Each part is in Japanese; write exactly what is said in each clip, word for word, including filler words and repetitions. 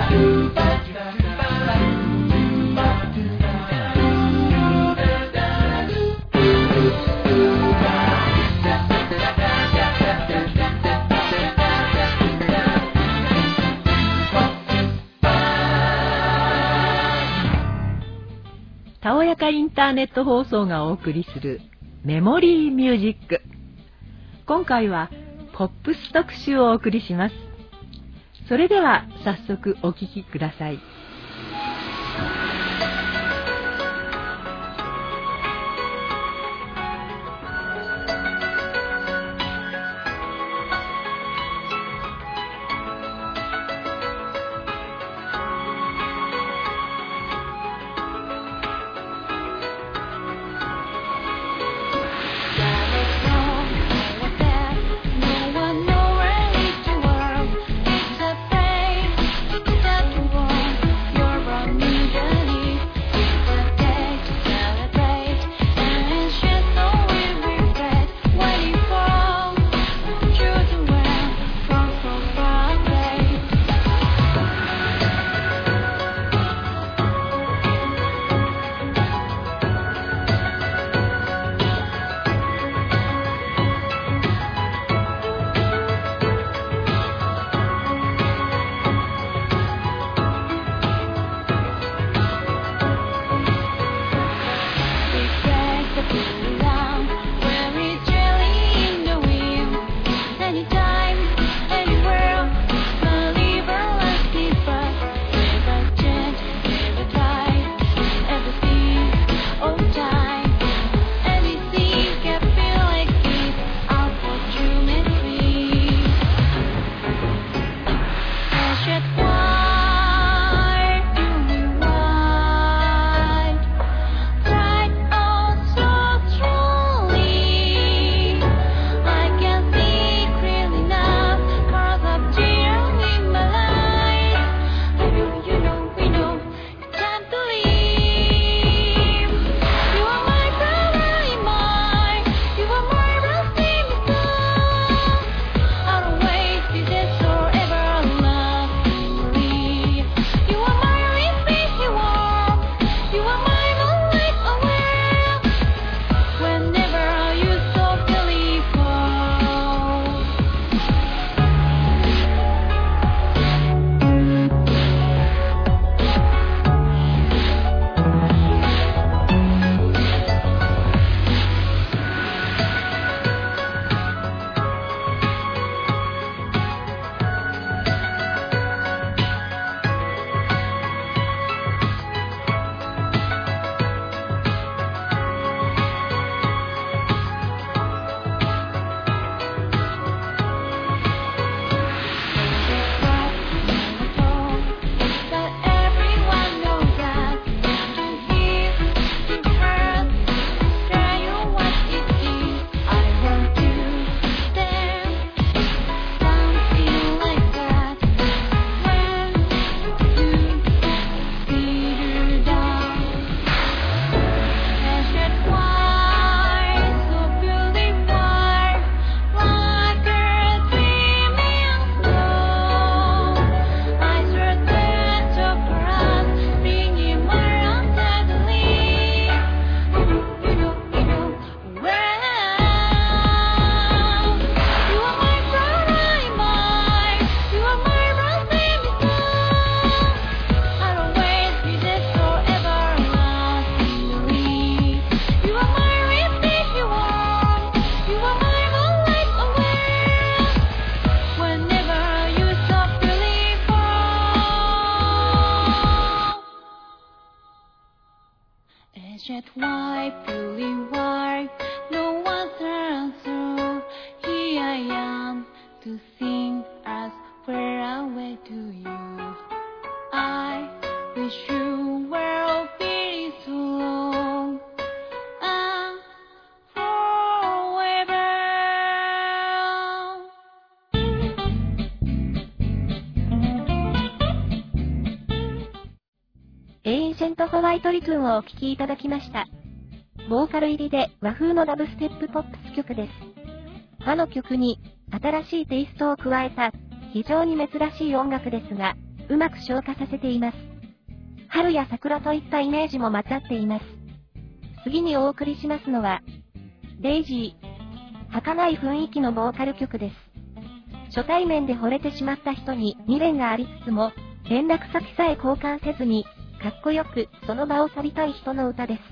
たおやかインターネット放送がお送りするメモリーミュージック。今回はポップス特集をお送りします。それでは早速お聴きください。 Yet why really why no one's answer. Here I am to sing as fareway to you. I wish you were very so long and forever. エーンシェントホワイトリズムをお聴きいただきました。ボーカル入りで和風のダブステップポップス曲です。他の曲に新しいテイストを加えた非常に珍しい音楽ですが、 うまく消化させています。春や桜といったイメージも混ざっています。次にお送りしますのは、デイジー。儚い雰囲気のボーカル曲です。初対面で惚れてしまった人に未練がありつつも、連絡先さえ交換せずに、かっこよくその場を去りたい人の歌です。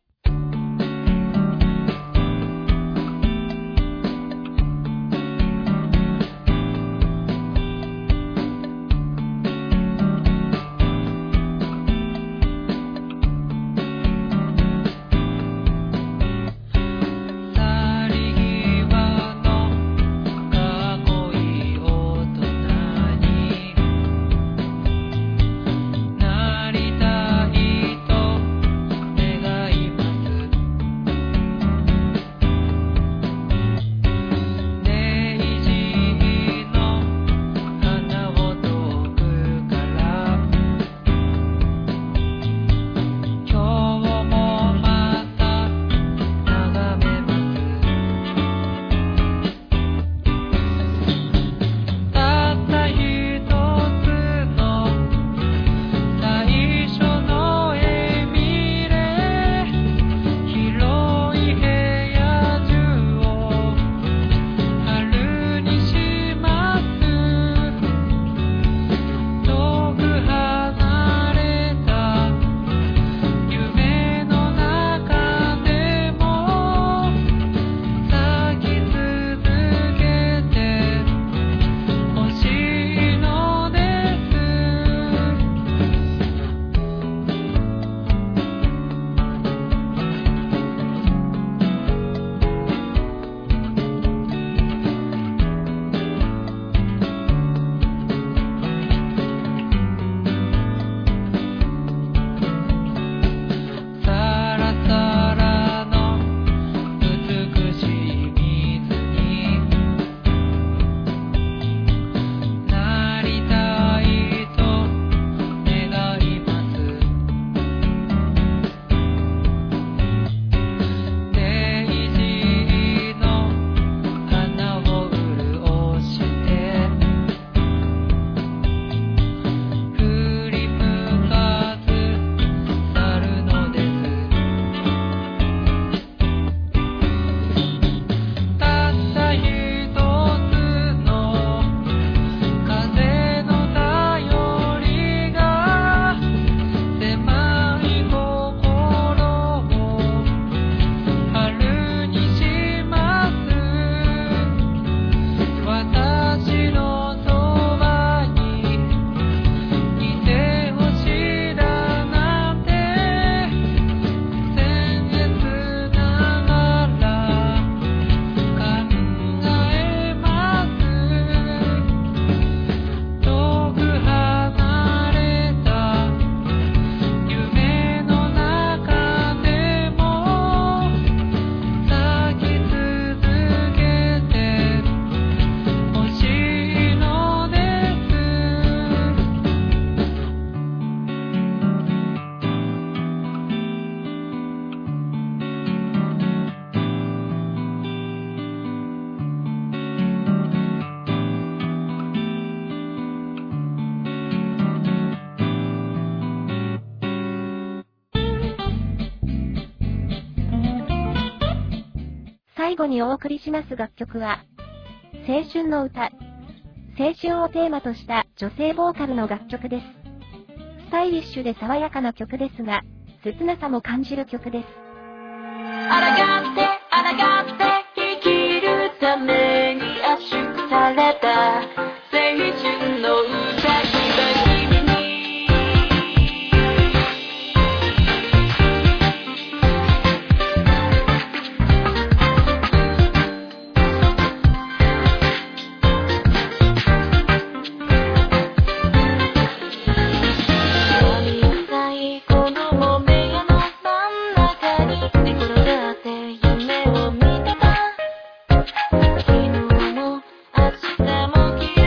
最後にお送りします楽曲は、青春の歌。青春をテーマとした女性ボーカルの楽曲です。スタイリッシュで爽やかな曲ですが、切なさも感じる曲です。 あらがって、あらがって生きるために圧縮された青春の歌君に最後のもめ屋の真ん中に寝転がって夢を見てた昨日も明日も消え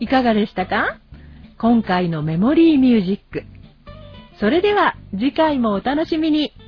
かがでしたか？今回のメモリーミュージック。それでは次回もお楽しみに。